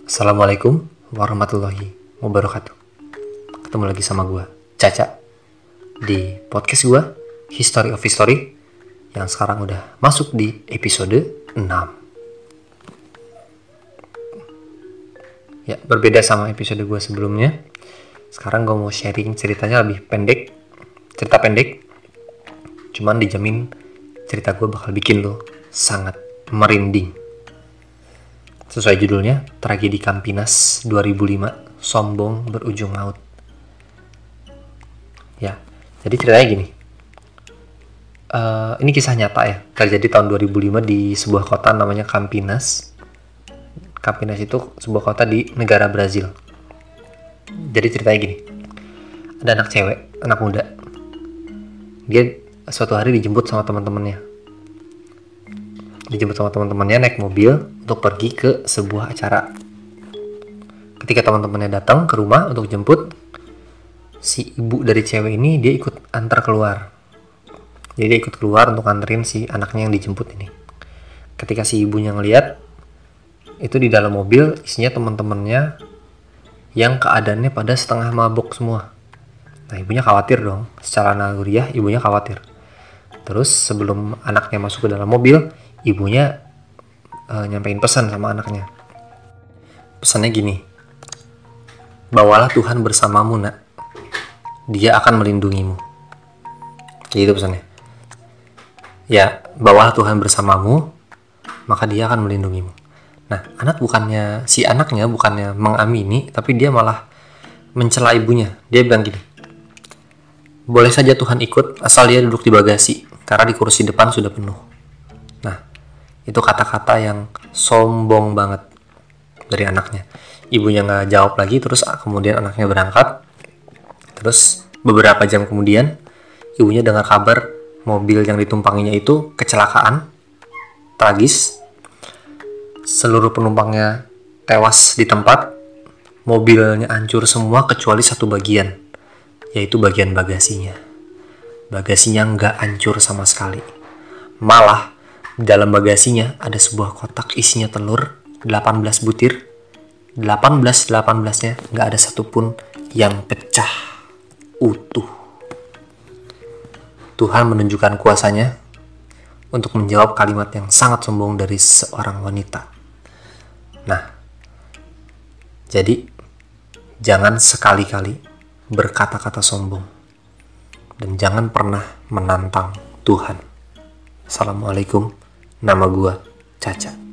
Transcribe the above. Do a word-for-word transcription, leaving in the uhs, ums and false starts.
Assalamualaikum warahmatullahi wabarakatuh. Ketemu lagi sama gue, Caca, di podcast gue, History of History, yang sekarang udah masuk di episode enam. Ya, berbeda sama episode gue sebelumnya. Sekarang gue mau sharing ceritanya lebih pendek, cerita pendek. Cuman dijamin cerita gue bakal bikin lo sangat merinding. Sesuai judulnya, Tragedi Kampinas dua ribu lima, Sombong Berujung Maut. Ya, jadi ceritanya gini. Uh, ini kisah nyata ya, terjadi tahun dua ribu lima di sebuah kota namanya Kampinas. Kampinas itu sebuah kota di negara Brazil. Jadi ceritanya gini. Ada anak cewek, anak muda. Dia suatu hari dijemput sama teman-temannya. Dijemput sama teman-temannya naik mobil untuk pergi ke sebuah acara. Ketika teman-temannya datang ke rumah untuk jemput, si ibu dari cewek ini dia ikut antar keluar. Jadi dia ikut keluar untuk anterin si anaknya yang dijemput ini. Ketika si ibunya ngeliat, itu di dalam mobil isinya teman-temannya yang keadaannya pada setengah mabok semua. Nah, ibunya khawatir dong. Secara naluriah ibunya khawatir. Terus sebelum anaknya masuk ke dalam mobil, ibunya uh, nyampein pesan sama anaknya. Pesannya gini, bawalah Tuhan bersamamu nak, Dia akan melindungimu. Gitu pesannya. Ya, bawalah Tuhan bersamamu, maka Dia akan melindungimu. Nah, anak bukannya, si anaknya bukannya mengamini, tapi dia malah mencela ibunya. Dia bilang gini, boleh saja Tuhan ikut, asal dia duduk di bagasi, karena di kursi depan sudah penuh. Nah, itu kata-kata yang sombong banget dari anaknya. Ibunya gak jawab lagi, terus kemudian anaknya berangkat. Terus beberapa jam kemudian, ibunya dengar kabar mobil yang ditumpanginya itu kecelakaan, tragis. Seluruh penumpangnya tewas di tempat, mobilnya hancur semua kecuali satu bagian, yaitu bagian bagasinya. Bagasinya gak hancur sama sekali. Malah, di dalam bagasinya ada sebuah kotak isinya telur, delapan belas butir. delapan belas delapan belas-nya gak ada satupun yang pecah utuh. Tuhan menunjukkan kuasanya untuk menjawab kalimat yang sangat sombong dari seorang wanita. Nah, jadi jangan sekali-kali berkata-kata sombong dan jangan pernah menantang Tuhan. Assalamualaikum. Nama gua Caca.